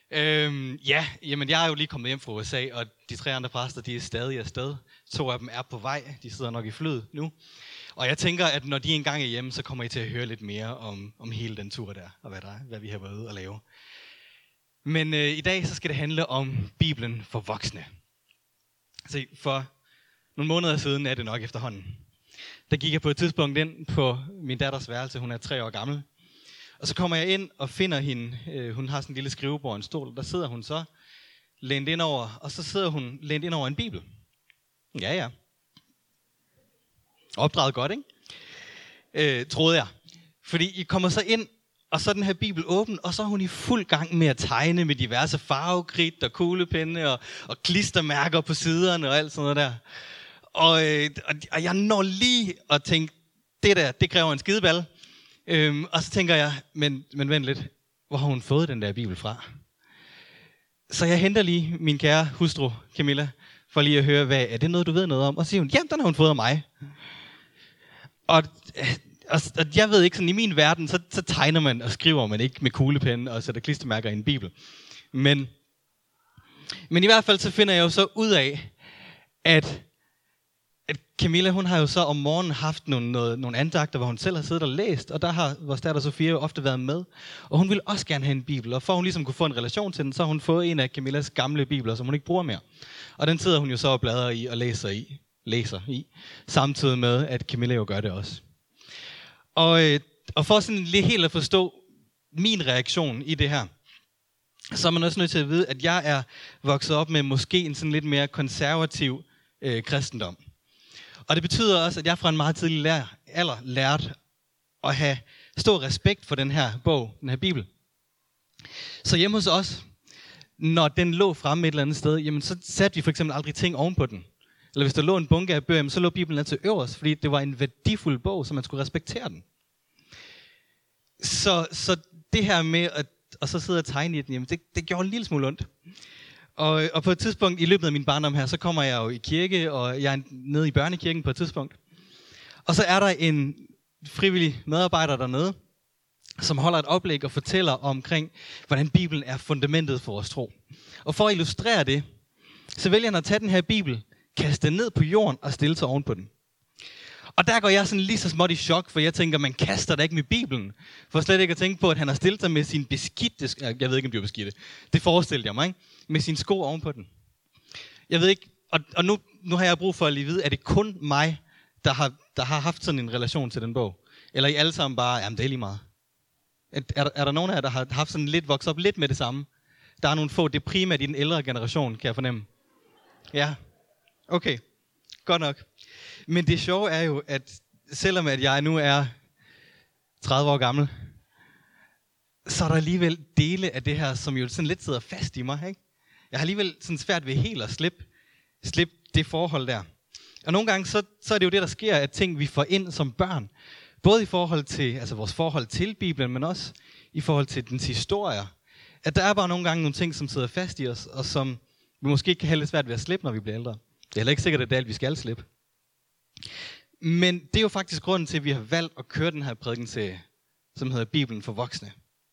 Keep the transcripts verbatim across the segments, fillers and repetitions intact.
Øhm, ja, jamen jeg er jo lige kommet hjem fra U S A, og de tre andre præster, de er stadig afsted. To af dem er på vej, de sidder nok i flyet nu. Og jeg tænker, at når de engang er hjemme, så kommer I til at høre lidt mere om, om hele den tur der, og hvad der er, hvad vi har været ude at lave. Men øh, i dag så skal det handle om Bibelen for voksne. Se, for nogle måneder siden er det nok efterhånden. Der gik jeg på et tidspunkt ind på min datters værelse, hun er tre år gammel. Og så kommer jeg ind og finder hende, øh, hun har sådan en lille skrivebord og en stol, der sidder hun så lænet ind over, og så sidder hun lænet ind over en bibel. Ja, ja. Opdraget godt, ikke? Øh, troede jeg. Fordi I kommer så ind, og så er den her bibel åben, og så er hun i fuld gang med at tegne med diverse farvekridt og kuglepenne og, og klistermærker på siderne og alt sådan noget der. Og, øh, og jeg når lige at tænke, det der, det kræver en skideball. Øhm, og så tænker jeg, men, men vent lidt, hvor har hun fået den der bibel fra? Så jeg henter lige min kære hustru, Camilla, for lige at høre, hvad er det noget, du ved noget om? Og så siger hun, jamen, den har hun fået af mig. Og, og, og jeg ved ikke, sådan i min verden, så, så tegner man og skriver man ikke med kuglepenne og sætter klistermærker i en bibel. Men, men i hvert fald så finder jeg jo så ud af, at at Camilla, hun har jo så om morgenen haft nogle, noget, nogle andagter, hvor hun selv har siddet og læst, og der har vores datter Sofia jo ofte været med. Og hun ville også gerne have en bibel, og for hun ligesom kunne få en relation til den, så har hun fået en af Camillas gamle bibler, som hun ikke bruger mere. Og den sidder hun jo så og bladrer i og læser i, læser i, samtidig med, at Camilla jo gør det også. Og, øh, og for sådan lige helt at forstå min reaktion i det her, så er man også nødt til at vide, at jeg er vokset op med måske en sådan lidt mere konservativ øh, kristendom. Og det betyder også, at jeg fra en meget tidlig lær, alder lærte at have stor respekt for den her bog, den her bibel. Så hjemme hos os, når den lå fremme et eller andet sted, jamen så satte vi for eksempel aldrig ting ovenpå den. Eller hvis der lå en bunke af bøger, så lå Bibelen altid øverst, fordi det var en værdifuld bog, så man skulle respektere den. Så, så det her med at og så sidde og tegne i den, jamen det, det gjorde en lille smule ondt. Og, og på et tidspunkt i løbet af min barndom her, så kommer jeg jo i kirke, og jeg er nede i børnekirken på et tidspunkt. Og så er der en frivillig medarbejder dernede, som holder et oplæg og fortæller omkring, hvordan Bibelen er fundamentet for vores tro. Og for at illustrere det, så vælger han at tage den her Bibel, kaste den ned på jorden og stille sig ovenpå den. Og der går jeg sådan lige så småt i chok, for jeg tænker, man kaster da ikke med Bibelen. For slet ikke at tænke på, at han har stillet sig med sin beskidte, jeg ved ikke, om det var beskidte, det forestillede jeg mig, ikke? Med sine sko ovenpå den. Jeg ved ikke, og, og nu, nu har jeg brug for at lige vide, er det kun mig, der har, der har haft sådan en relation til den bog? Eller I alle sammen bare, jamen det er lige meget. Er, er, der, er der nogen af jer, der har haft sådan lidt, vokset op lidt med det samme? Der er nogle få, det er primært i den ældre generation, kan jeg fornemme. Ja, okay, godt nok. Men det sjove er jo, at selvom at jeg nu er tredive år gammel, så er der alligevel dele af det her, som jo sådan lidt sidder fast i mig, ikke? Jeg har alligevel sådan svært ved helt at slippe, slippe det forhold der. Og nogle gange, så, så er det jo det, der sker, at ting, vi får ind som børn, både i forhold til altså vores forhold til Bibelen, men også i forhold til dens historier, at der er bare nogle gange nogle ting, som sidder fast i os, og som vi måske kan have lidt svært ved at slippe, når vi bliver ældre. Det er heller ikke sikkert, at det er alt, vi skal slippe. Men det er jo faktisk grunden til, at vi har valgt at køre den her prædikenserie, som hedder Bibelen for voksne.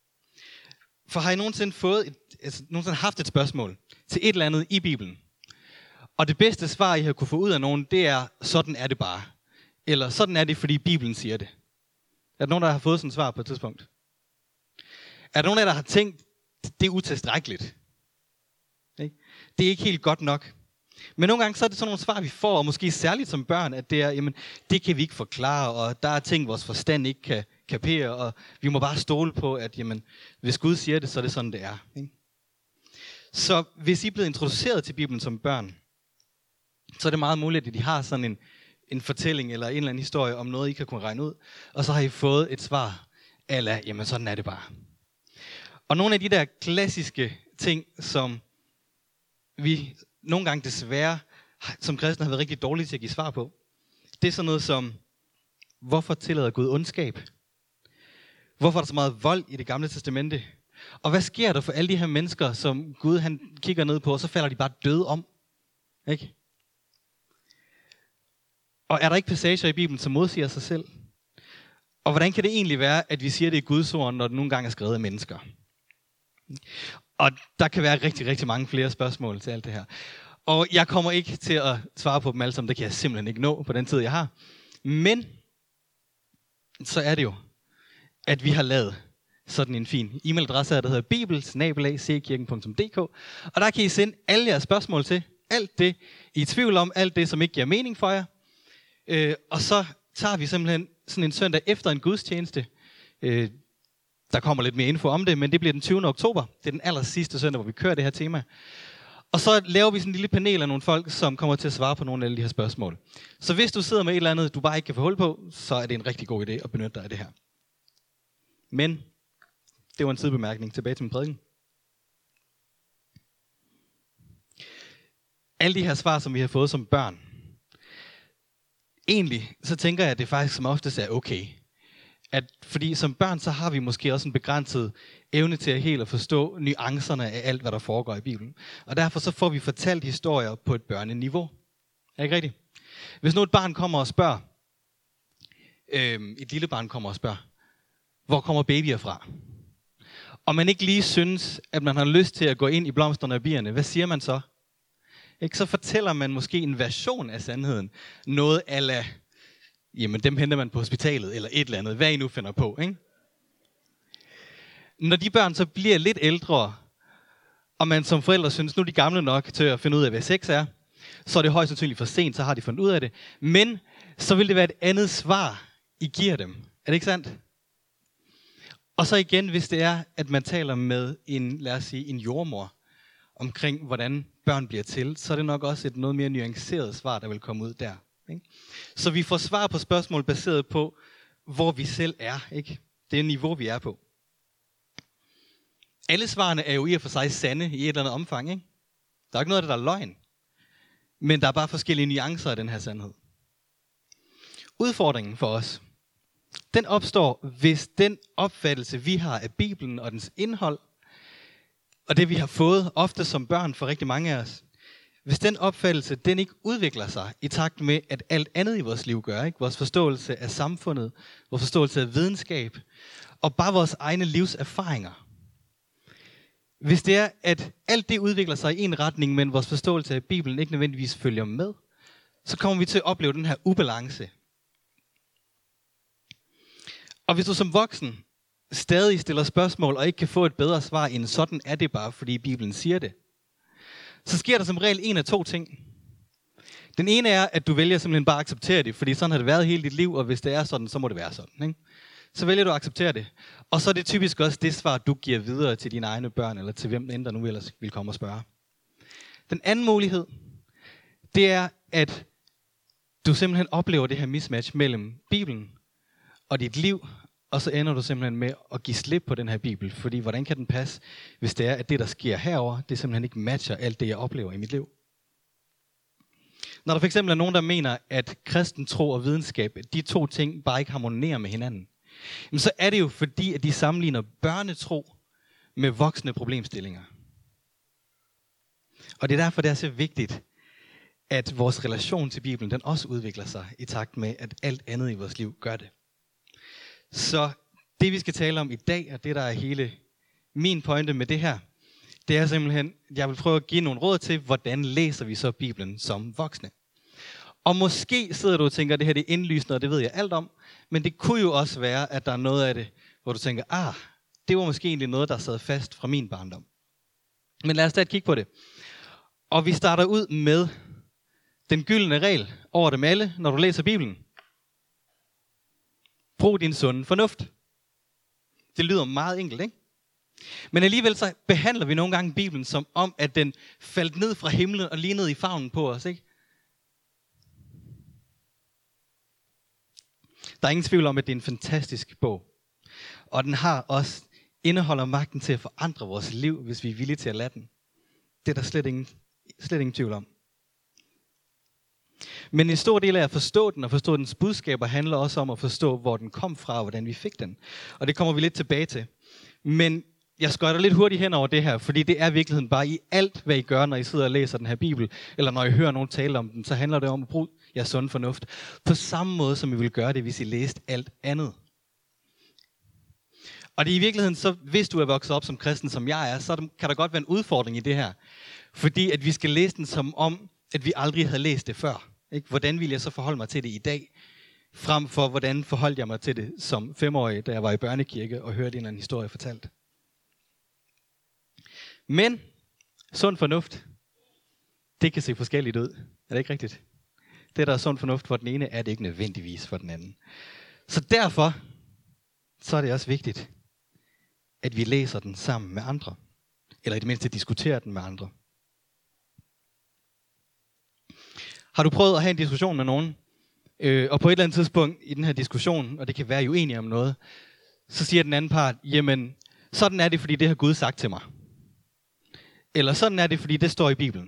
For har I nogensinde, fået et, altså, nogensinde haft et spørgsmål til et eller andet i Bibelen? Og det bedste svar, I har kunne få ud af nogen, det er, sådan er det bare. Eller sådan er det, fordi Bibelen siger det. Er der nogen, der har fået sådan et svar på et tidspunkt? Er der nogen af jer, der har tænkt, det er utilstrækkeligt? Ikke? Det er ikke helt godt nok. Men nogle gange så er det sådan nogle svar, vi får, og måske særligt som børn, at det er, jamen, det kan vi ikke forklare, og der er ting, vores forstand ikke kan kapere, og vi må bare stole på, at jamen, hvis Gud siger det, så er det sådan, det er. Ikke? Så hvis I er blevet introduceret til Bibelen som børn, så er det meget muligt, at de har sådan en, en fortælling, eller en eller anden historie om noget, I kan kunne regne ud, og så har I fået et svar, eller jamen, sådan er det bare. Og nogle af de der klassiske ting, som vi nogle gange desværre som kristne har været rigtig dårlige til at give svar på, det er sådan noget som, hvorfor tillader Gud ondskab? Hvorfor er der så meget vold i det gamle testamente? Og hvad sker der for alle de her mennesker, som Gud han kigger ned på, og så falder de bare døde om? Ikke? Og er der ikke passager i Bibelen, som modsiger sig selv? Og hvordan kan det egentlig være, at vi siger, det er Guds ord, når det nogle gange er skrevet af mennesker? Og der kan være rigtig, rigtig mange flere spørgsmål til alt det her. Og jeg kommer ikke til at svare på dem alle sammen. Det kan jeg simpelthen ikke nå på den tid, jeg har. Men så er det jo, at vi har lavet sådan en fin e-mailadresse, der hedder bibel bindestreg c kirken punktum d k. Og der kan I sende alle jeres spørgsmål til. Alt det, I er i tvivl om. Alt det, som ikke giver mening for jer. Øh, og så tager vi simpelthen sådan en søndag efter en gudstjeneste. Øh, der kommer lidt mere info om det, men det bliver den tyvende oktober. Det er den aller sidste søndag, hvor vi kører det her tema. Og så laver vi sådan en lille panel af nogle folk, som kommer til at svare på nogle af alle de her spørgsmål. Så hvis du sidder med et eller andet, du bare ikke kan få hul på, så er det en rigtig god idé at benytte dig af det her. Men det var en sidebemærkning. Tilbage til min prædiken. Alle de her svar, som vi har fået som børn. Egentlig så tænker jeg, at det faktisk som oftest er okay. At, fordi som børn, så har vi måske også en begrænset evne til at helt at forstå nuancerne af alt, hvad der foregår i Bibelen. Og derfor så får vi fortalt historier på et børneniveau. Er ikke rigtigt? Hvis nu et barn kommer og spørger, øh, et lille barn kommer og spørger, hvor kommer babyer fra? Og man ikke lige synes, at man har lyst til at gå ind i blomsterne og bierne, hvad siger man så? Ikke? Så fortæller man måske en version af sandheden. Noget a la, jamen dem henter man på hospitalet, eller et eller andet, hvad I nu finder på. Ikke? Når de børn så bliver lidt ældre, og man som forældre synes, nu er de gamle nok til at finde ud af, hvad sex er, så er det højst sandsynligt for sent, så har de fundet ud af det. Men så vil det være et andet svar, I giver dem. Er det ikke sandt? Og så igen, hvis det er, at man taler med en, lad os sige, en jordmor, omkring hvordan børn bliver til, så er det nok også et noget mere nuanceret svar, der vil komme ud der. Ikke? Så vi får svar på spørgsmål baseret på, hvor vi selv er. Ikke? Det er niveau, vi er på. Alle svarene er jo i og for sig sande i et eller andet omfang. Ikke? Der er ikke noget af det, der er løgn. Men der er bare forskellige nuancer af den her sandhed. Udfordringen for os, den opstår, hvis den opfattelse, vi har af Bibelen og dens indhold, og det vi har fået, ofte som børn for rigtig mange af os, hvis den opfattelse, den ikke udvikler sig i takt med, at alt andet i vores liv gør, ikke? Vores forståelse af samfundet, vores forståelse af videnskab, og bare vores egne livserfaringer. Hvis det er, at alt det udvikler sig i en retning, men vores forståelse af Bibelen ikke nødvendigvis følger med, så kommer vi til at opleve den her ubalance. Og hvis du som voksen stadig stiller spørgsmål og ikke kan få et bedre svar end sådan er det bare, fordi Bibelen siger det, så sker der som regel en af to ting. Den ene er, at du vælger simpelthen bare at acceptere det, fordi sådan har det været hele dit liv, og hvis det er sådan, så må det være sådan. Ikke? Så vælger du at acceptere det. Og så er det typisk også det svar, du giver videre til dine egne børn, eller til hvem end der nu ellers vil komme og spørge. Den anden mulighed, det er, at du simpelthen oplever det her mismatch mellem Bibelen og dit liv, og så ender du simpelthen med at give slip på den her Bibel. Fordi hvordan kan den passe, hvis det er, at det, der sker herover, det simpelthen ikke matcher alt det, jeg oplever i mit liv? Når der for eksempel er nogen, der mener, at kristen tro og videnskab, de to ting bare ikke harmonerer med hinanden, så er det jo fordi, at de sammenligner børnetro med voksne problemstillinger. Og det er derfor, det er så vigtigt, at vores relation til Bibelen, den også udvikler sig i takt med, at alt andet i vores liv gør det. Så det, vi skal tale om i dag, og det, der er hele min pointe med det her, det er simpelthen, jeg vil prøve at give nogle råd til, hvordan læser vi så Bibelen som voksne. Og måske sidder du og tænker, at det her det er indlysende, og det ved jeg alt om, men det kunne jo også være, at der er noget af det, hvor du tænker, ah, det var måske egentlig noget, der sad fast fra min barndom. Men lad os da et kigge på det. Og vi starter ud med den gyldne regel over dem alle, når du læser Bibelen. Brug din sunde fornuft. Det lyder meget enkelt, ikke? Men alligevel så behandler vi nogle gange Bibelen som om, at den faldt ned fra himlen og lige ned i favnen på os, ikke? Der er ingen tvivl om, at det er en fantastisk bog. Og den har også, indeholder magten til at forandre vores liv, hvis vi er villige til at lade den. Det er der slet ingen, slet ingen tvivl om. Men en stor del af at forstå den og forstå dens budskaber handler også om at forstå, hvor den kom fra og hvordan vi fik den. Og det kommer vi lidt tilbage til. Men jeg skøjter lidt hurtigt hen over det her, fordi det er i virkeligheden bare i alt, hvad I gør, når I sidder og læser den her Bibel, eller når I hører nogen tale om den, så handler det om at bruge jeres sunde fornuft. På samme måde, som I ville gøre det, hvis I læste alt andet. Og det er i virkeligheden, så hvis du er vokset op som kristen, som jeg er, så kan der godt være en udfordring i det her. Fordi at vi skal læse den som om, at vi aldrig havde læst det før. Ikke? Hvordan ville jeg så forholde mig til det i dag? Frem for, hvordan forholdt jeg mig til det som femårig, da jeg var i børnekirke og hørte en eller anden historie fortalt. Men sund fornuft, det kan se forskelligt ud. Er det ikke rigtigt? Det, der er sund fornuft for den ene, er det ikke nødvendigvis for den anden. Så derfor, så er det også vigtigt, at vi læser den sammen med andre. Eller i det mindste diskuterer den med andre. Har du prøvet at have en diskussion med nogen, øh, og på et eller andet tidspunkt i den her diskussion, og det kan være, at I er uenige om noget, så siger den anden part, jamen, sådan er det, fordi det har Gud sagt til mig. Eller sådan er det, fordi det står i Bibelen.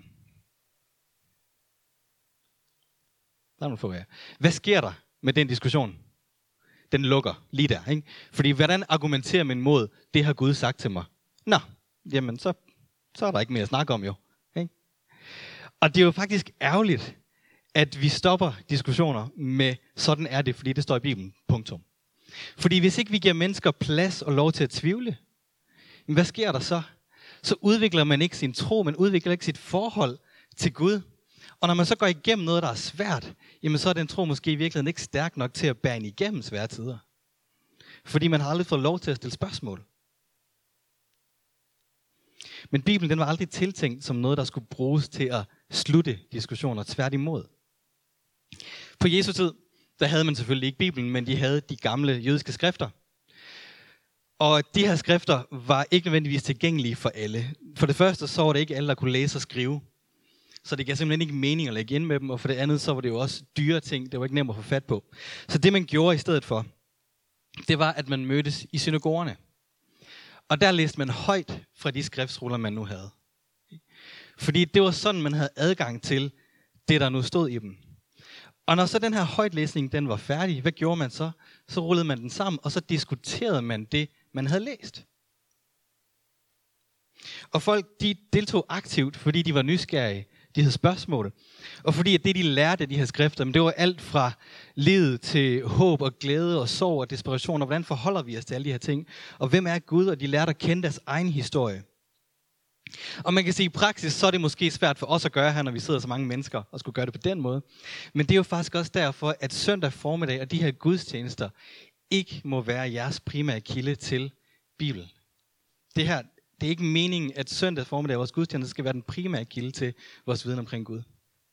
Der er nogle få af jer. Hvad sker der med den diskussion? Den lukker lige der, ikke? Fordi hvordan argumenterer man mod, det har Gud sagt til mig? Nå, jamen så, så er der ikke mere at snakke om jo. Ikke? Og det er jo faktisk ærgerligt, at vi stopper diskussioner med, sådan er det, fordi det står i Bibelen, punktum. Fordi hvis ikke vi giver mennesker plads og lov til at tvivle, hvad sker der så? Så udvikler man ikke sin tro, man udvikler ikke sit forhold til Gud. Og når man så går igennem noget, der er svært, jamen så er den tro måske i virkeligheden ikke stærk nok til at bære en igennem svære tider. Fordi man har aldrig fået lov til at stille spørgsmål. Men Bibelen, den var aldrig tiltænkt som noget, der skulle bruges til at slutte diskussioner, tværtimod. På Jesu tid, der havde man selvfølgelig ikke Bibelen, men de havde de gamle jødiske skrifter. Og de her skrifter var ikke nødvendigvis tilgængelige for alle. For det første, så var det ikke alle, der kunne læse og skrive. Så det gav simpelthen ikke mening at lægge ind med dem, og for det andet, så var det jo også dyre ting, det var ikke nemt at få fat på. Så det, man gjorde i stedet for, det var, at man mødtes i synagogerne. Og der læste man højt fra de skriftsruller, man nu havde. Fordi det var sådan, man havde adgang til det, der nu stod i dem. Og når så den her højtlæsning, den var færdig, hvad gjorde man så? Så rullede man den sammen, og så diskuterede man det, man havde læst. Og folk, de deltog aktivt, fordi de var nysgerrige. De havde spørgsmål. Og fordi at det, de lærte af de her skrifter, det var alt fra livet til håb og glæde og sorg og desperation. Og hvordan forholder vi os til alle de her ting? Og hvem er Gud? Og de lærte at kende deres egen historie. Og man kan sige, at i praksis, så er det måske svært for os at gøre her, når vi sidder så mange mennesker og skulle gøre det på den måde. Men det er jo faktisk også derfor, at søndag formiddag og de her gudstjenester ikke må være jeres primære kilde til Bibelen. Det her, det er ikke meningen, at søndag formiddag vores gudstjenester skal være den primære kilde til vores viden omkring Gud.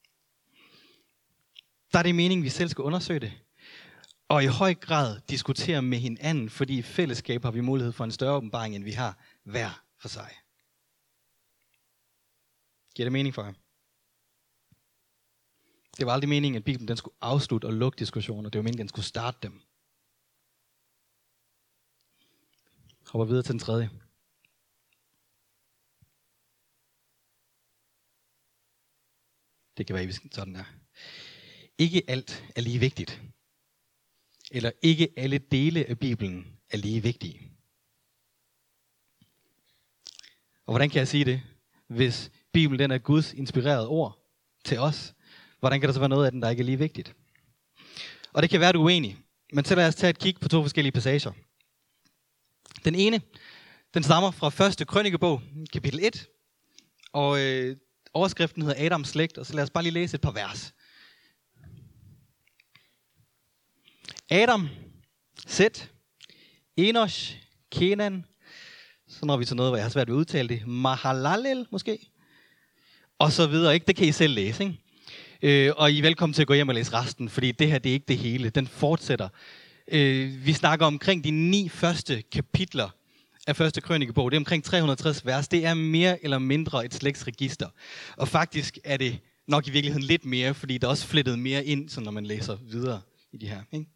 Der er det meningen, at vi selv skal undersøge det. Og i høj grad diskutere med hinanden, fordi i fællesskab har vi mulighed for en større åbenbaring, end vi har hver for sig. Giver det mening for jer? Det var aldrig meningen, at Bibelen den skulle afslutte og lukke diskussioner. Det var meningen, at den skulle starte dem. Hopper videre til den tredje. Det kan være, at sådan er. Ikke alt er lige vigtigt. Eller ikke alle dele af Bibelen er lige vigtige. Og hvordan kan jeg sige det? Hvis Bibelen den er Guds inspirerede ord til os, hvordan kan der så være noget af den, der ikke er lige vigtigt? Og det kan være, at du er uenig. Men så lad os tage et kig på to forskellige passager. Den ene, den stammer fra første krønikebog, kapitel et. Og øh, overskriften hedder Adams slægt, og så lad os bare lige læse et par vers. Adam, Set, Enosh, Kenan, så når vi til noget, hvor jeg har svært ved at udtale det, Mahalalel måske, og så videre, ikke? Det kan I selv læse, ikke? Øh, og I er velkommen til at gå hjem og læse resten, fordi det her, det er ikke det hele, den fortsætter. Øh, vi snakker omkring de ni første kapitler af første krønikebog, det er omkring tre hundrede og tres vers, det er mere eller mindre et slægtsregister. Og faktisk er det nok i virkeligheden lidt mere, fordi der er også flettet mere ind, så når man læser videre i de her, ikke?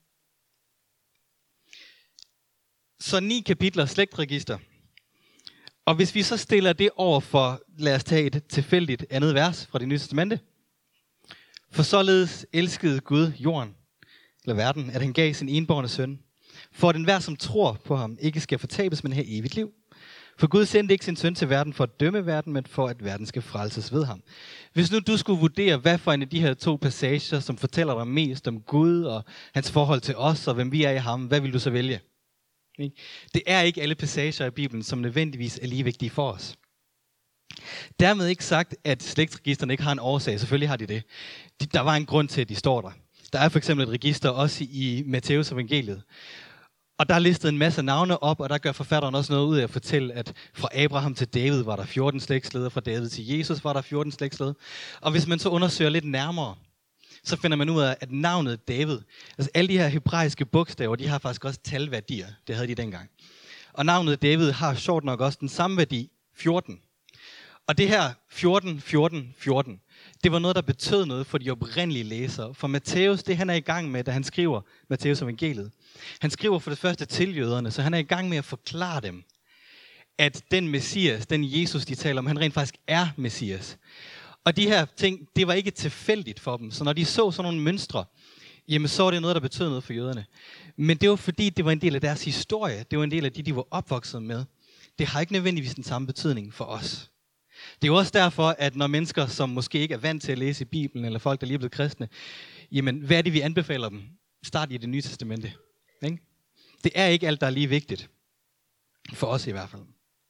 Så ni kapitler slægtsregister. Og hvis vi så stiller det over for, lad os tage et tilfældigt andet vers fra Det Nye Testamente. For således elskede Gud jorden, eller verden, at han gav sin enbårne søn, for at enhver, som tror på ham, ikke skal fortabes, men have evigt liv. For Gud sendte ikke sin søn til verden for at dømme verden, men for at verden skal frelses ved ham. Hvis nu du skulle vurdere, hvad for en af de her to passager, som fortæller dig mest om Gud og hans forhold til os, og hvem vi er i ham, hvad vil du så vælge? Ikke? Det er ikke alle passager i Bibelen, som nødvendigvis er lige vigtige for os. Dermed ikke sagt, at slægtsregisterne ikke har en årsag. Selvfølgelig har de det. Der var en grund til, at de står der. Der er for eksempel et register også i Matteus evangeliet. Og der er listet en masse navne op, og der gør forfatteren også noget ud af at fortælle, at fra Abraham til David var der fjorten slægtsled, fra David til Jesus var der fjorten slægtsled. Og hvis man så undersøger lidt nærmere, så finder man ud af, at navnet David, altså alle de her hebraiske bogstaver, de har faktisk også talværdier. Det havde de dengang. Og navnet David har sjovt nok også den samme værdi, fjorten. Og det her fjorten, fjorten, fjorten, det var noget, der betød noget for de oprindelige læsere. For Matthæus, det han er i gang med, da han skriver Matthæus evangeliet. Han skriver for det første til jøderne, så han er i gang med at forklare dem, at den Messias, den Jesus, de taler om, han rent faktisk er Messias. Og de her ting, det var ikke tilfældigt for dem. Så når de så sådan nogle mønstre, jamen så var det noget, der betød noget for jøderne. Men det var fordi, det var en del af deres historie. Det var en del af de, de var opvokset med. Det har ikke nødvendigvis den samme betydning for os. Det er jo også derfor, at når mennesker, som måske ikke er vant til at læse i Bibelen, eller folk, der lige er blevet kristne, jamen hvad er det, vi anbefaler dem? Start i Det Nye Testamente. Ikke? Det er ikke alt, der er lige vigtigt. For os i hvert fald.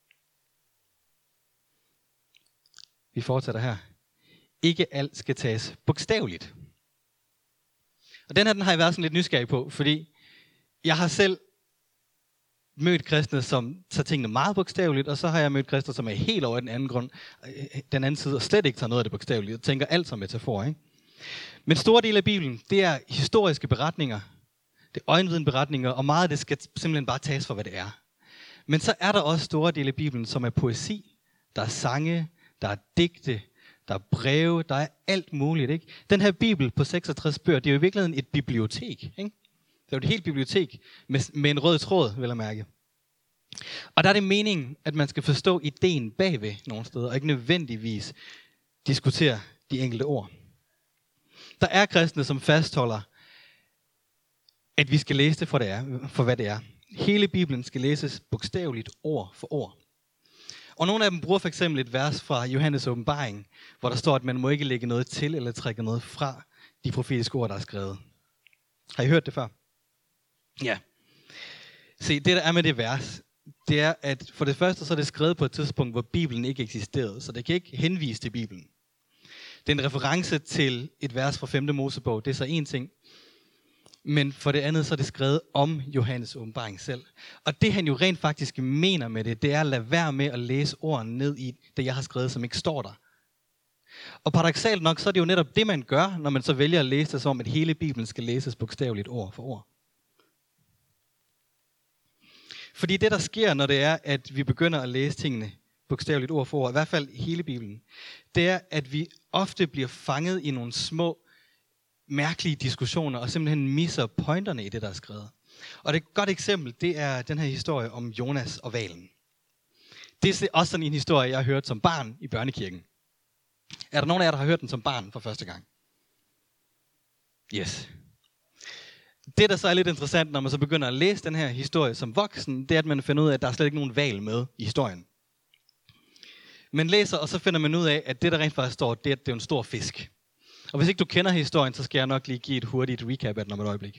Vi fortsætter her. Ikke alt skal tages bogstaveligt. Og den her, den har jeg været sådan lidt nysgerrig på, fordi jeg har selv mødt kristne, som tager tingene meget bogstaveligt, og så har jeg mødt kristne, som er helt over den anden grund, den anden side, og slet ikke tager noget af det bogstaveligt, og tænker alt som metafor. Ikke? Men stor del af Bibelen, det er historiske beretninger, det er øjenvidende beretninger, og meget af det skal simpelthen bare tages for, hvad det er. Men så er der også store dele af Bibelen, som er poesi, der er sange, der er digte, der er breve, der er alt muligt. Ikke? Den her Bibel på seksogtres bøger, det er jo i virkeligheden et bibliotek. Ikke? Det er jo et helt bibliotek med, med en rød tråd, vil jeg mærke. Og der er det meningen, at man skal forstå ideen bagved nogle steder, og ikke nødvendigvis diskutere de enkelte ord. Der er kristne, som fastholder, at vi skal læse det for, det er, for hvad det er. Hele Bibelen skal læses bogstaveligt ord for ord. Og nogle af dem bruger for eksempel et vers fra Johannes åbenbaring, hvor der står, at man må ikke lægge noget til eller trække noget fra de profetiske ord, der er skrevet. Har I hørt det før? Ja. Se, det der er med det vers, det er, at for det første så er det skrevet på et tidspunkt, hvor Bibelen ikke eksisterede, så det kan ikke henvise til Bibelen. Det er en reference til et vers fra femte Mosebog, det er så en ting. Men for det andet så er det skrevet om Johannes åbenbaring selv. Og det han jo rent faktisk mener med det, det er at lade være med at læse ordene ned i det, jeg har skrevet, som ikke står der. Og paradoksalt nok, så er det jo netop det, man gør, når man så vælger at læse det som, at hele Bibelen skal læses bogstaveligt ord for ord. Fordi det, der sker, når det er, at vi begynder at læse tingene bogstaveligt ord for ord, i hvert fald hele Bibelen, det er, at vi ofte bliver fanget i nogle små, mærkelige diskussioner, og simpelthen misser pointerne i det, der er skrevet. Og det er et godt eksempel, det er den her historie om Jonas og hvalen. Det er også sådan en historie, jeg har hørt som barn i børnekirken. Er der nogen af jer, der har hørt den som barn for første gang? Yes. Det, der så er lidt interessant, når man så begynder at læse den her historie som voksen, det er, at man finder ud af, at der er slet ikke nogen hval med i historien. Man læser, og så finder man ud af, at det, der rent faktisk står, det er, at det er en stor fisk. Og hvis ikke du kender historien, så skal jeg nok lige give et hurtigt recap af den om et øjeblik.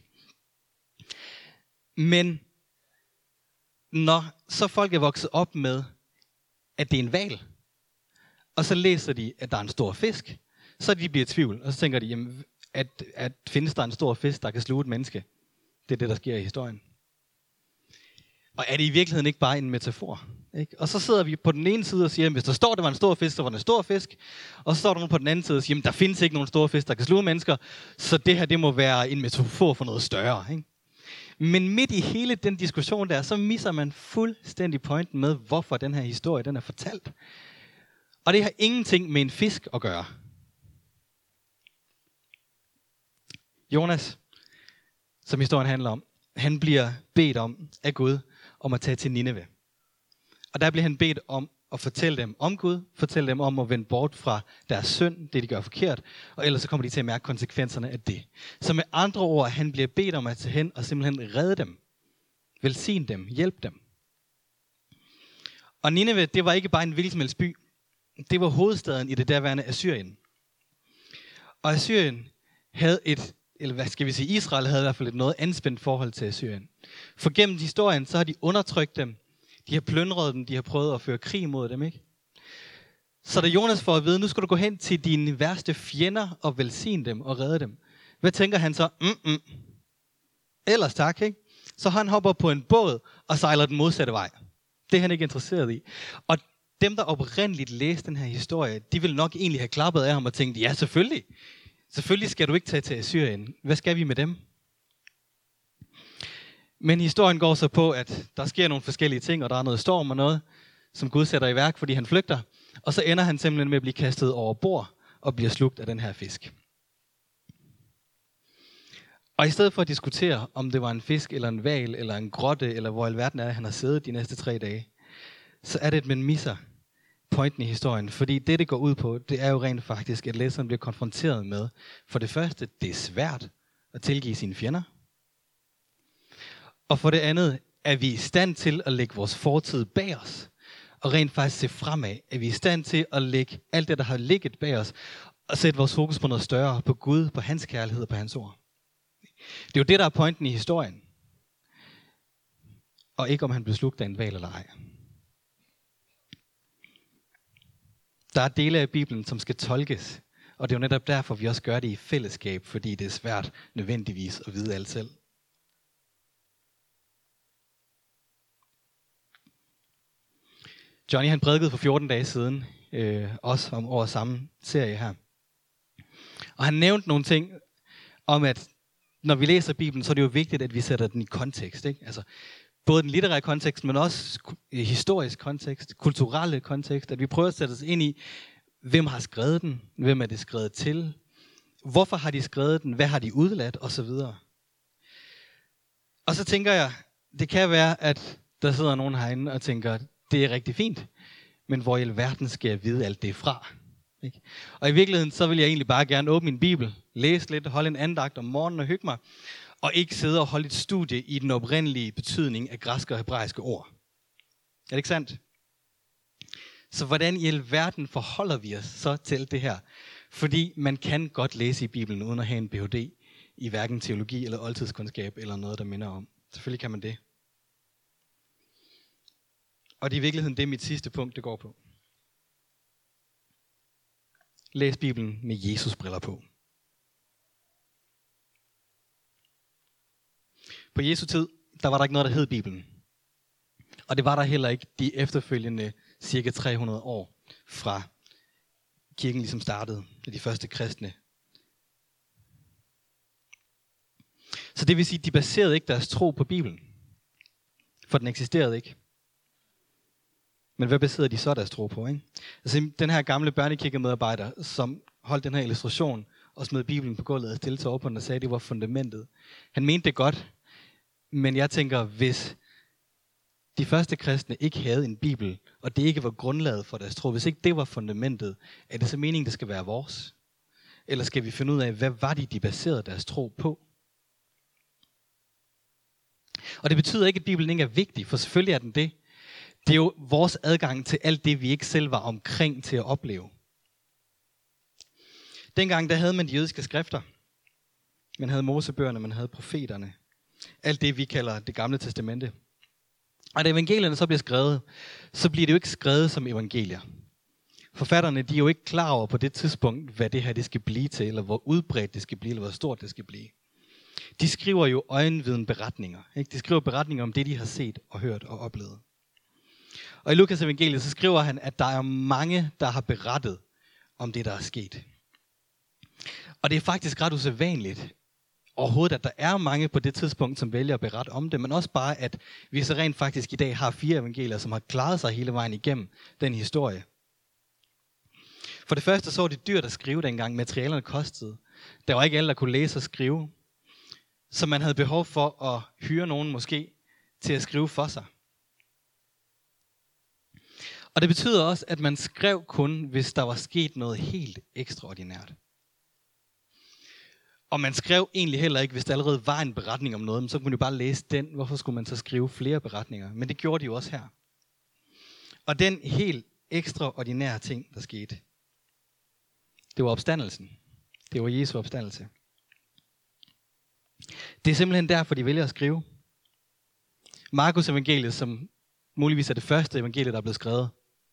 Men når så folk er vokset op med, at det er en hval, og så læser de, at der er en stor fisk, så de bliver i tvivl, og så tænker de, jamen, at, at findes der en stor fisk, der kan sluge et menneske? Det er det, der sker i historien. Og er det i virkeligheden ikke bare en metafor? Ikke? Og så sidder vi på den ene side og siger, at hvis der står, at der var en stor fisk, så var der en stor fisk. Og så står der nogen på den anden side og siger, at der findes ikke nogen store fisk, der kan sluge mennesker. Så det her, det må være en metafor for noget større. Ikke? Men midt i hele den diskussion der, så misser man fuldstændig pointen med, hvorfor den her historie den er fortalt. Og det har ingenting med en fisk at gøre. Jonas, som historien handler om, han bliver bedt om af Gud om at tage til Nineve. Og der bliver han bedt om at fortælle dem om Gud, fortælle dem om at vende bort fra deres synd, det de gør forkert, og ellers så kommer de til at mærke konsekvenserne af det. Så med andre ord, han bliver bedt om at tage hen og simpelthen redde dem, velsigne dem, hjælpe dem. Og Nineve, det var ikke bare en hvilken som helst by, det var hovedstaden i det derværende Assyrien. Og Assyrien havde et eller hvad skal vi sige, Israel havde i hvert fald et noget anspændt forhold til Assyrien. For gennem historien, så har de undertrykt dem, de har plyndret dem, de har prøvet at føre krig mod dem, ikke? Så da Jonas får at vide, nu skal du gå hen til dine værste fjender og velsigne dem og redde dem. Hvad tænker han så? Mm-mm. Ellers tak, ikke? Så han hopper på en båd og sejler den modsatte vej. Det er han ikke interesseret i. Og dem, der oprindeligt læste den her historie, de ville nok egentlig have klappet af ham og tænkt, ja, selvfølgelig. Selvfølgelig skal du ikke tage til Assyrien. Hvad skal vi med dem? Men historien går så på, at der sker nogle forskellige ting, og der er noget storm og noget, som Gud sætter i værk, fordi han flygter. Og så ender han simpelthen med at blive kastet over bord og bliver slugt af den her fisk. Og i stedet for at diskutere, om det var en fisk, eller en hval, eller en grotte, eller hvor i alverden er, han har siddet de næste tre dage, så er det, at man misser pointen i historien. Fordi det, det går ud på, det er jo rent faktisk, at læseren bliver konfronteret med, for det første, det er svært at tilgive sine fjender. Og for det andet, er vi i stand til at lægge vores fortid bag os, og rent faktisk se fremad. Er vi i stand til at lægge alt det, der har ligget bag os, og sætte vores fokus på noget større, på Gud, på hans kærlighed og på hans ord. Det er jo det, der er pointen i historien. Og ikke om han blev slugt af en hval eller ej. Der er dele af Bibelen, som skal tolkes. Og det er jo netop derfor, vi også gør det i fællesskab, fordi det er svært nødvendigvis at vide alt selv. Johnny han prædikede for fjorten dage siden, øh, også om over samme serie her. Og han nævnte nogle ting om, at når vi læser Bibelen, så er det jo vigtigt, at vi sætter den i kontekst. Ikke? Altså, både den litterære kontekst, men også historisk kontekst, kulturelle kontekst. At vi prøver at sætte os ind i, hvem har skrevet den, hvem er det skrevet til, hvorfor har de skrevet den, hvad har de udladt, osv. Og så tænker jeg, det kan være, at der sidder nogen herinde og tænker, det er rigtig fint, men hvor i alverden skal jeg vide alt det fra? Ikke? Og i virkeligheden, så vil jeg egentlig bare gerne åbne min bibel, læse lidt, holde en andagt om morgenen og hygge mig, og ikke sidde og holde et studie i den oprindelige betydning af græske og hebraiske ord. Er det ikke sandt? Så hvordan i alverden forholder vi os så til det her? Fordi man kan godt læse i Bibelen, uden at have en B H D i hverken teologi eller oldtidskundskab, eller noget, der minder om. Selvfølgelig kan man det. Og det er i virkeligheden det, mit sidste punkt, det går på. Læs Bibelen med Jesus briller på. På Jesu tid, der var der ikke noget, der hed Bibelen. Og det var der heller ikke de efterfølgende cirka tre hundrede år fra kirken ligesom startede, de første kristne. Så det vil sige, at de baserede ikke deres tro på Bibelen. For den eksisterede ikke. Men hvad baserede de så deres tro på? Ikke? Altså den her gamle børnekirkemedarbejder, som holdt den her illustration og smed Bibelen på gulvet og stillede sig over på den og sagde, at det var fundamentet. Han mente det godt, men jeg tænker, hvis de første kristne ikke havde en Bibel, og det ikke var grundlaget for deres tro, hvis ikke det var fundamentet, er det så meningen, det skal være vores? Eller skal vi finde ud af, hvad var det, de baserede deres tro på? Og det betyder ikke, at Bibelen ikke er vigtig, for selvfølgelig er den det. Det er jo vores adgang til alt det, vi ikke selv var omkring til at opleve. Dengang der havde man de jødiske skrifter. Man havde Mosebøgerne, man havde profeterne. Alt det, vi kalder det gamle testamente. Og da evangelierne så bliver skrevet, så bliver det jo ikke skrevet som evangelier. Forfatterne, de er jo ikke klar over på det tidspunkt, hvad det her det skal blive til, eller hvor udbredt det skal blive, eller hvor stort det skal blive. De skriver jo øjenviden beretninger. Ikke? De skriver beretninger om det, de har set og hørt og oplevet. Og i Lukas evangeliet, så skriver han, at der er mange, der har berettet om det, der er sket. Og det er faktisk ret usædvanligt overhovedet, at der er mange på det tidspunkt, som vælger at berette om det, men også bare, at vi så rent faktisk i dag har fire evangelier, som har klaret sig hele vejen igennem den historie. For det første så var det dyrt at skrive dengang, materialerne kostede. Der var ikke alle, der kunne læse og skrive, så man havde behov for at hyre nogen måske til at skrive for sig. Og det betyder også, at man skrev kun, hvis der var sket noget helt ekstraordinært. Og man skrev egentlig heller ikke, hvis der allerede var en beretning om noget, men så kunne man jo bare læse den. Hvorfor skulle man så skrive flere beretninger? Men det gjorde de jo også her. Og den helt ekstraordinære ting, der skete, det var opstandelsen. Det var Jesu opstandelse. Det er simpelthen derfor, de vælger at skrive. Markus evangeliet, som muligvis er det første evangelie, der er blevet skrevet.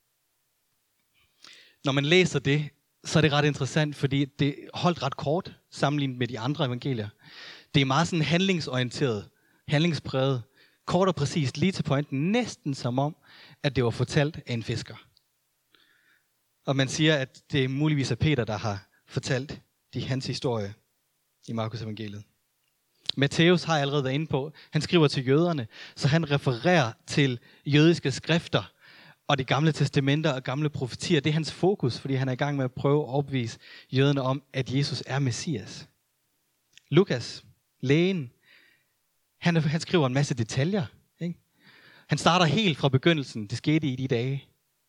Når man læser det, så er det ret interessant, fordi det holdt ret kort sammenlignet med de andre evangelier. Det er meget sådan handlingsorienteret, handlingspræget, kort og præcist, lige til pointen, næsten som om, at det var fortalt af en fisker. Og man siger, at det muligvis er Peter, der har fortalt de hans historie i Markus evangeliet. Matthæus har jeg allerede været inde på. Han skriver til jøderne, så han refererer til jødiske skrifter og det gamle testamenter og gamle profetier. Det er hans fokus, fordi han er i gang med at prøve at overbevise jøderne om, at Jesus er Messias. Lukas, lægen, han, han skriver en masse detaljer. Ikke? Han starter helt fra begyndelsen. Det skete i de dage.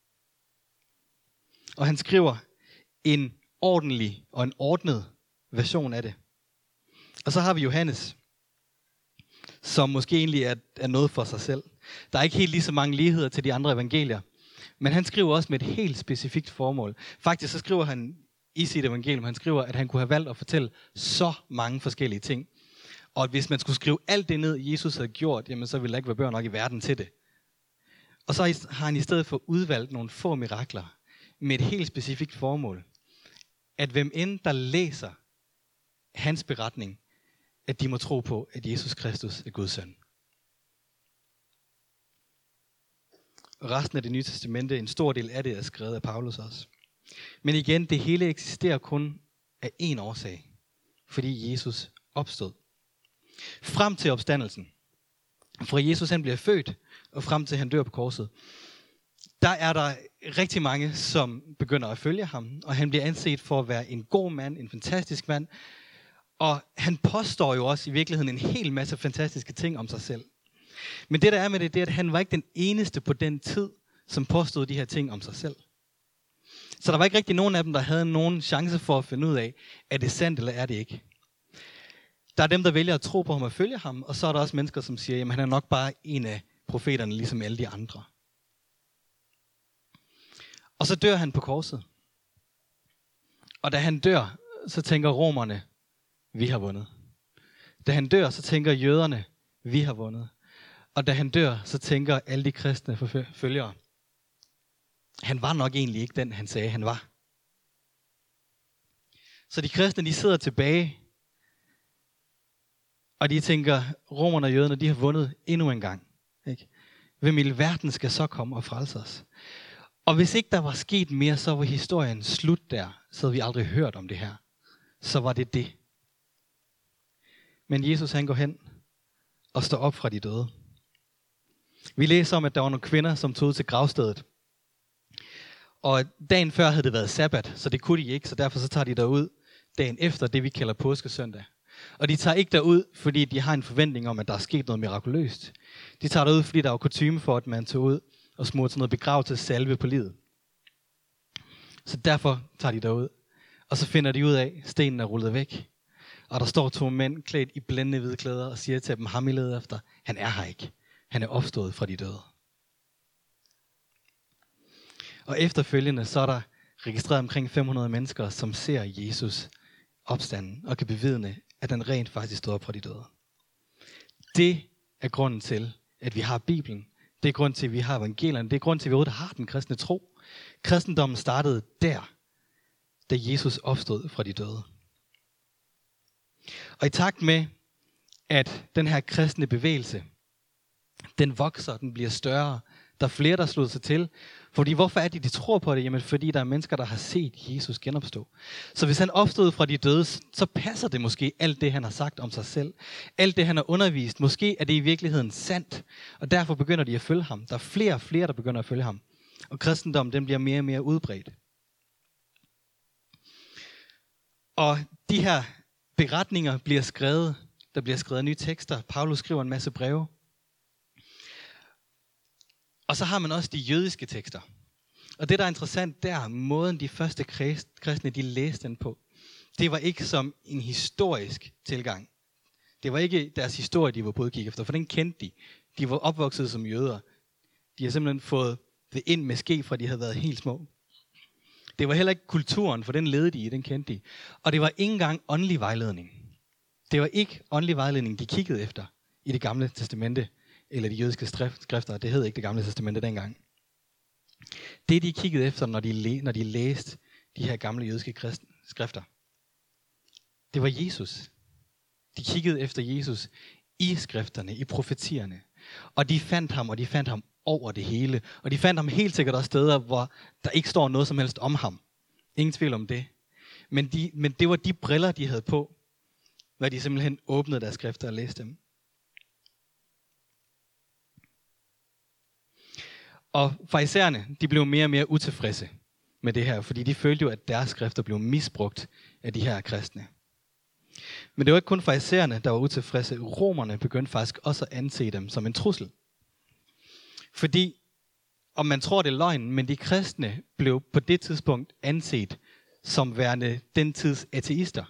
Og han skriver en ordentlig og en ordnet version af det. Og så har vi Johannes, som måske egentlig er, er noget for sig selv. Der er ikke helt lige så mange ligheder til de andre evangelier. Men han skriver også med et helt specifikt formål. Faktisk så skriver han i sit evangelium, han skriver, at han kunne have valgt at fortælle så mange forskellige ting. Og at hvis man skulle skrive alt det ned, Jesus havde gjort, jamen så ville der ikke være bøger nok i verden til det. Og så har han i stedet for udvalgt nogle få mirakler med et helt specifikt formål. At hvem end der læser hans beretning, at de må tro på, at Jesus Kristus er Guds søn. Og resten af det nye testamente, en stor del af det, er skrevet af Paulus også. Men igen, det hele eksisterer kun af én årsag. Fordi Jesus opstod. Frem til opstandelsen. Fra Jesus han bliver født, og frem til han dør på korset. Der er der rigtig mange, som begynder at følge ham. Og han bliver anset for at være en god mand, en fantastisk mand. Og han påstår jo også i virkeligheden en hel masse fantastiske ting om sig selv. Men det der er med det, det er, at han var ikke den eneste på den tid, som påstod de her ting om sig selv. Så der var ikke rigtig nogen af dem, der havde nogen chance for at finde ud af, er det sandt eller er det ikke. Der er dem, der vælger at tro på ham og følge ham, og så er der også mennesker, som siger, at han er nok bare en af profeterne, ligesom alle de andre. Og så dør han på korset. Og da han dør, så tænker romerne, vi har vundet. Da han dør, så tænker jøderne, vi har vundet. Og da han dør, så tænker alle de kristne følgere, han var nok egentlig ikke den, han sagde, han var. Så de kristne, de sidder tilbage, og de tænker, romerne og jøderne, de har vundet endnu en gang. Ikke? Hvem i verden skal så komme og frelse os? Og hvis ikke der var sket mere, så var historien slut der. Så havde vi aldrig hørt om det her. Så var det det. Men Jesus han går hen og står op fra de døde. Vi læser om, at der var nogle kvinder, som tog ud til gravstedet. Og dagen før havde det været sabbat, så det kunne de ikke. Så derfor så tager de derud dagen efter det, vi kalder påskesøndag. Og de tager ikke derud, fordi de har en forventning om, at der er sket noget mirakuløst. De tager derud, fordi der var kutyme for, at man tog ud og smurte sådan noget begravelsessalve på livet. Så derfor tager de derud. Og så finder de ud af, at stenen er rullet væk. Og der står to mænd klædt i blændende hvide klæder og siger til dem, ham I leder efter, han er her ikke. Han er opstået fra de døde. Og efterfølgende så er der registreret omkring fem hundrede mennesker, som ser Jesus opstanden og kan bevidne, at han rent faktisk stod op fra de døde. Det er grunden til, at vi har Bibelen. Det er grunden til, at vi har evangelierne. Det er grunden til, at vi overhovedet har den kristne tro. Kristendommen startede der, da Jesus opstod fra de døde. Og i takt med, at den her kristne bevægelse, den vokser, den bliver større. Der er flere, der slutter sig til. Fordi hvorfor er det, de tror på det? Jamen fordi der er mennesker, der har set Jesus genopstå. Så hvis han opstod fra de døde, så passer det måske alt det, han har sagt om sig selv. Alt det, han har undervist. Måske er det i virkeligheden sandt. Og derfor begynder de at følge ham. Der er flere og flere, der begynder at følge ham. Og kristendommen, den bliver mere og mere udbredt. Og de her beretninger bliver skrevet. Der bliver skrevet nye tekster. Paulus skriver en masse breve. Og så har man også de jødiske tekster. Og det, der er interessant, det er måden de første kristne, de læste den på. Det var ikke som en historisk tilgang. Det var ikke deres historie, de var på udkig efter, for den kendte de. De var opvokset som jøder. De har simpelthen fået det ind med ske, fra de havde været helt små. Det var heller ikke kulturen, for den levede de i, den kendte de. Og det var ikke engang åndelig vejledning. Det var ikke åndelig vejledning, de kiggede efter i det gamle testamente, eller de jødiske skrifter. Det hed ikke det gamle testamente dengang. Det, de kiggede efter, når de, læ- når de læste de her gamle jødiske kristen- skrifter, det var Jesus. De kiggede efter Jesus i skrifterne, i profetierne. Og de fandt ham, og de fandt ham over det hele. Og de fandt ham helt sikkert også steder, hvor der ikke står noget som helst om ham. Ingen tvivl om det. Men, de, men det var de briller, de havde på, når de simpelthen åbnede deres skrifter og læste dem. Og farisæerne, de blev mere og mere utilfredse med det her, fordi de følte jo, at deres skrifter blev misbrugt af de her kristne. Men det var ikke kun farisæerne, der var utilfredse. Romerne begyndte faktisk også at anse dem som en trussel. Fordi, om man tror det er løgn, men de kristne blev på det tidspunkt anset som værende den tids ateister.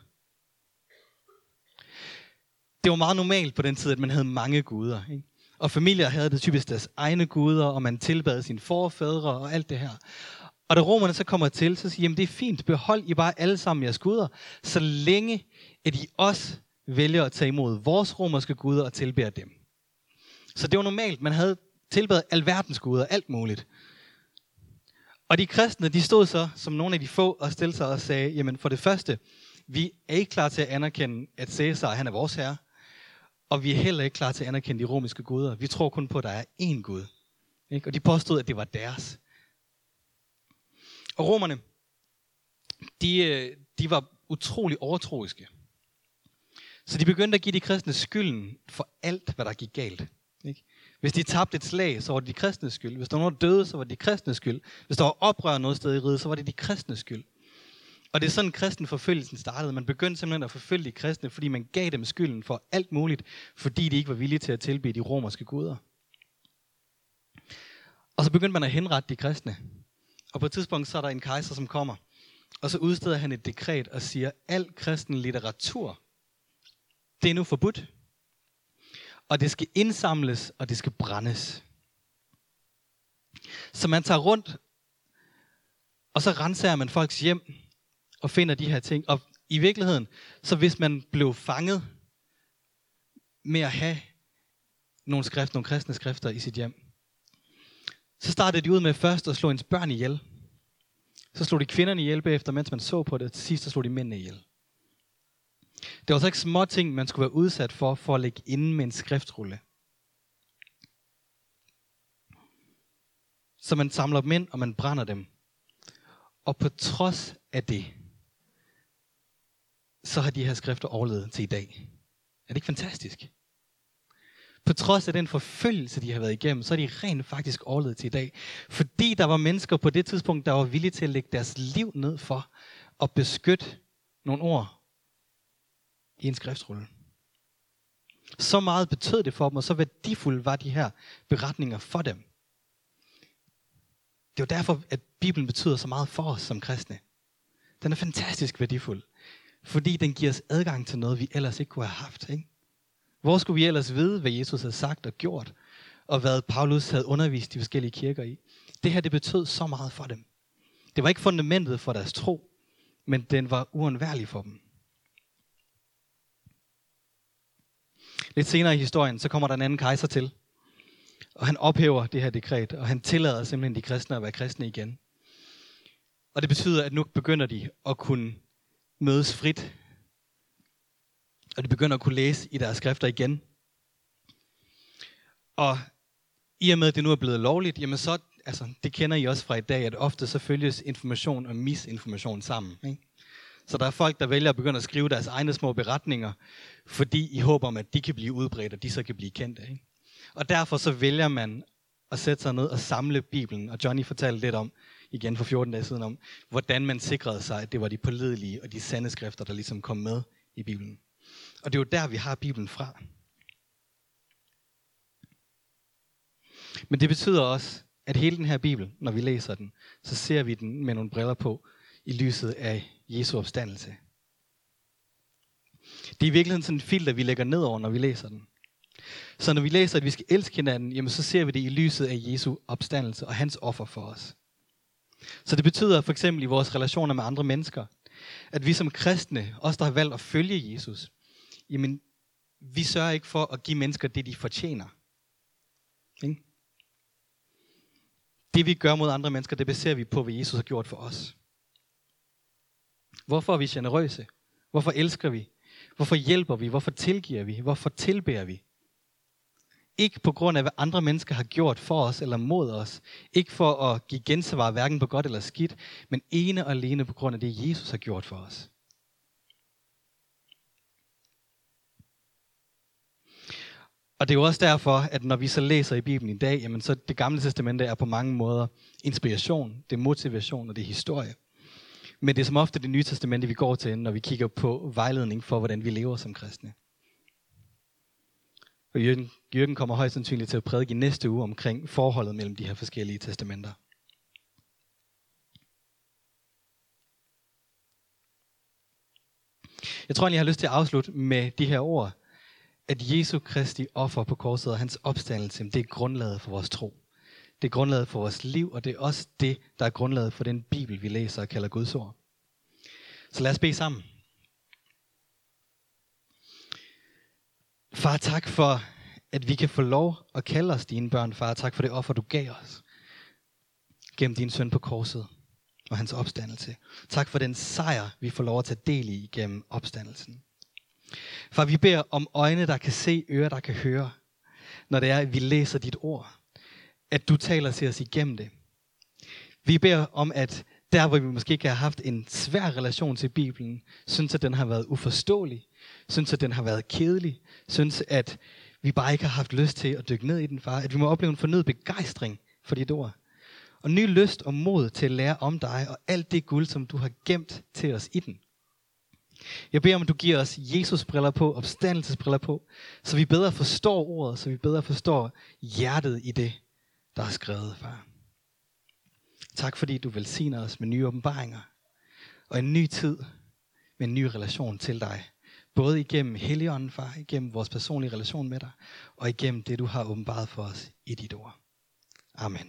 Det var meget normalt på den tid, at man havde mange guder, ikke? Og familier havde det typisk deres egne guder, og man tilbad sine forfædre og alt det her. Og da romerne så kommer til, så siger jamen det er fint, behold I bare alle sammen jeres guder, så længe at I også vælger at tage imod vores romerske guder og tilbære dem. Så det var normalt, man havde tilbad alverdens guder, alt muligt. Og de kristne, de stod så som nogle af de få og stillede sig og sagde, jamen for det første, vi er ikke klar til at anerkende, at Cæsar han er vores herre, og vi er heller ikke klar til at anerkende de romerske guder. Vi tror kun på, at der er én Gud. Ikke? Og de påstod, at det var deres. Og romerne, de, de var utrolig overtroiske. Så de begyndte at give de kristne skylden for alt, hvad der gik galt. Ikke? Hvis de tabte et slag, så var det de kristnes skyld. Hvis der var nogen, der døde, så var det de kristnes skyld. Hvis der var oprør noget sted i riget, så var det de kristnes skyld. Og det er sådan, kristen forfølgelsen startede. Man begyndte simpelthen at forfølge de kristne, fordi man gav dem skylden for alt muligt, fordi de ikke var villige til at tilbede de romerske guder. Og så begyndte man at henrette de kristne. Og på et tidspunkt så er der en kejser, som kommer, og så udsteder han et dekret og siger, al kristen litteratur, det er nu forbudt. Og det skal indsamles, og det skal brændes. Så man tager rundt, og så renser man folks hjem, og finder de her ting. Og i virkeligheden, så hvis man blev fanget med at have nogle skrifter, nogle kristne skrifter i sit hjem, så startede de ud med først at slå ens børn ihjel. Så slog de kvinderne ihjel bagefter, mens man så på det. Til sidst så slog de mændene ihjel. Det var så ikke små ting, man skulle være udsat for, for at lægge inde med en skriftrulle. Så man samler dem ind, og man brænder dem. Og på trods af det, så har de her skrifter overlevet til i dag. Er det ikke fantastisk? På trods af den forfølgelse, de har været igennem, så er de rent faktisk overlevet til i dag. Fordi der var mennesker på det tidspunkt, der var villige til at lægge deres liv ned for at beskytte nogle ord i en skriftrulle. Så meget betød det for dem, og så værdifulde var de her beretninger for dem. Det er jo derfor, at Bibelen betyder så meget for os som kristne. Den er fantastisk værdifuld, fordi den giver os adgang til noget, vi ellers ikke kunne have haft. Ikke? Hvor skulle vi ellers vide, hvad Jesus havde sagt og gjort, og hvad Paulus havde undervist de forskellige kirker i? Det her, det betød så meget for dem. Det var ikke fundamentet for deres tro, men den var uundværlig for dem. Lidt senere i historien, så kommer der en anden kejser til, og han ophæver det her dekret, og han tillader simpelthen de kristne at være kristne igen. Og det betyder, at nu begynder de at kunne mødes frit, og de begynder at kunne læse i deres skrifter igen. Og i og med, at det nu er blevet lovligt, jamen så, altså, det kender I også fra i dag, at ofte så følges information og misinformation sammen. Ikke? Så der er folk, der vælger at begynde at skrive deres egne små beretninger, fordi I håber om, at de kan blive udbredt, og de så kan blive kendte. Ikke? Og derfor så vælger man at sætte sig ned og samle Bibelen. Og Johnny fortalte lidt om, igen for fjorten dage siden, om hvordan man sikrede sig, at det var de pålidelige og de sande skrifter, der ligesom kom med i Bibelen. Og det er jo der, vi har Bibelen fra. Men det betyder også, at hele den her Bibel, når vi læser den, så ser vi den med nogle briller på i lyset af Jesu opstandelse. Det er i virkeligheden sådan et filter, vi lægger ned over, når vi læser den. Så når vi læser, at vi skal elske hinanden, jamen så ser vi det i lyset af Jesu opstandelse og hans offer for os. Så det betyder for eksempel i vores relationer med andre mennesker, at vi som kristne, os der har valgt at følge Jesus, jamen, vi sørger ikke for at give mennesker det, de fortjener. Ikke? Det vi gør mod andre mennesker, det baserer vi på, hvad Jesus har gjort for os. Hvorfor er vi generøse? Hvorfor elsker vi? Hvorfor hjælper vi? Hvorfor tilgiver vi? Hvorfor tilbeder vi? Ikke på grund af, hvad andre mennesker har gjort for os eller mod os. Ikke for at give gensvar hverken på godt eller skidt, men ene og alene på grund af det, Jesus har gjort for os. Og det er jo også derfor, at når vi så læser i Bibelen i dag, jamen så det gamle testamente er på mange måder inspiration, det er motivation og det er historie. Men det er som ofte det nye testamente, vi går til, når vi kigger på vejledning for, hvordan vi lever som kristne. Og Jørgen, Jørgen kommer højst sandsynligt til at prædike i næste uge omkring forholdet mellem de her forskellige testamenter. Jeg tror, jeg har lyst til at afslutte med de her ord, at Jesu Kristi offer på korset og hans opstandelse, det er grundlaget for vores tro. Det er grundlaget for vores liv, og det er også det, der er grundlaget for den Bibel, vi læser og kalder Guds ord. Så lad os bede sammen. Far, tak for, at vi kan få lov at kalde os dine børn. Far, tak for det offer, du gav os gennem din søn på korset og hans opstandelse. Tak for den sejr, vi får lov at tage del i gennem opstandelsen. Far, vi beder om øjne, der kan se, ører, der kan høre, når det er, at vi læser dit ord. At du taler til os igennem det. Vi beder om, at der, hvor vi måske ikke har haft en svær relation til Bibelen, synes, at den har været uforståelig, synes, at den har været kedelig, synes, at vi bare ikke har haft lyst til at dykke ned i den, far. At vi må opleve en fornyet begejstring for dit ord. Og ny lyst og mod til at lære om dig, og alt det guld, som du har gemt til os i den. Jeg beder om, at du giver os Jesus briller på, opstandelsesbriller på, så vi bedre forstår ordet, så vi bedre forstår hjertet i det, der er skrevet, far. Tak fordi du velsigner os med nye åbenbaringer og en ny tid med en ny relation til dig. Både igennem Helligånden, far, igennem vores personlige relation med dig, og igennem det, du har åbenbaret for os i dit ord. Amen.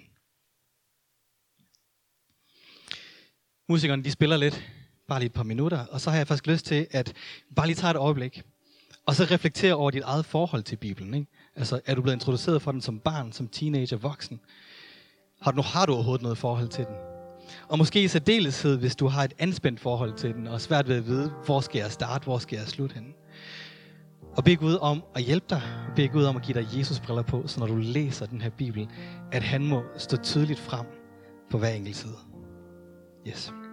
Musikerne, de spiller lidt, bare lige et par minutter, og så har jeg faktisk lyst til, at bare lige tage et øjeblik, og så reflektere over dit eget forhold til Bibelen. Ikke? Altså, er du blevet introduceret for den som barn, som teenager, voksen? Har du, har du overhovedet noget forhold til den? Og måske i særdeleshed, hvis du har et anspændt forhold til den, og svært ved at vide, hvor skal jeg starte, hvor skal jeg slutte henne. Og bed Gud om at hjælpe dig, bed Gud om at give dig Jesus briller på, så når du læser den her Bibel, at han må stå tydeligt frem på hver enkelt side. Yes.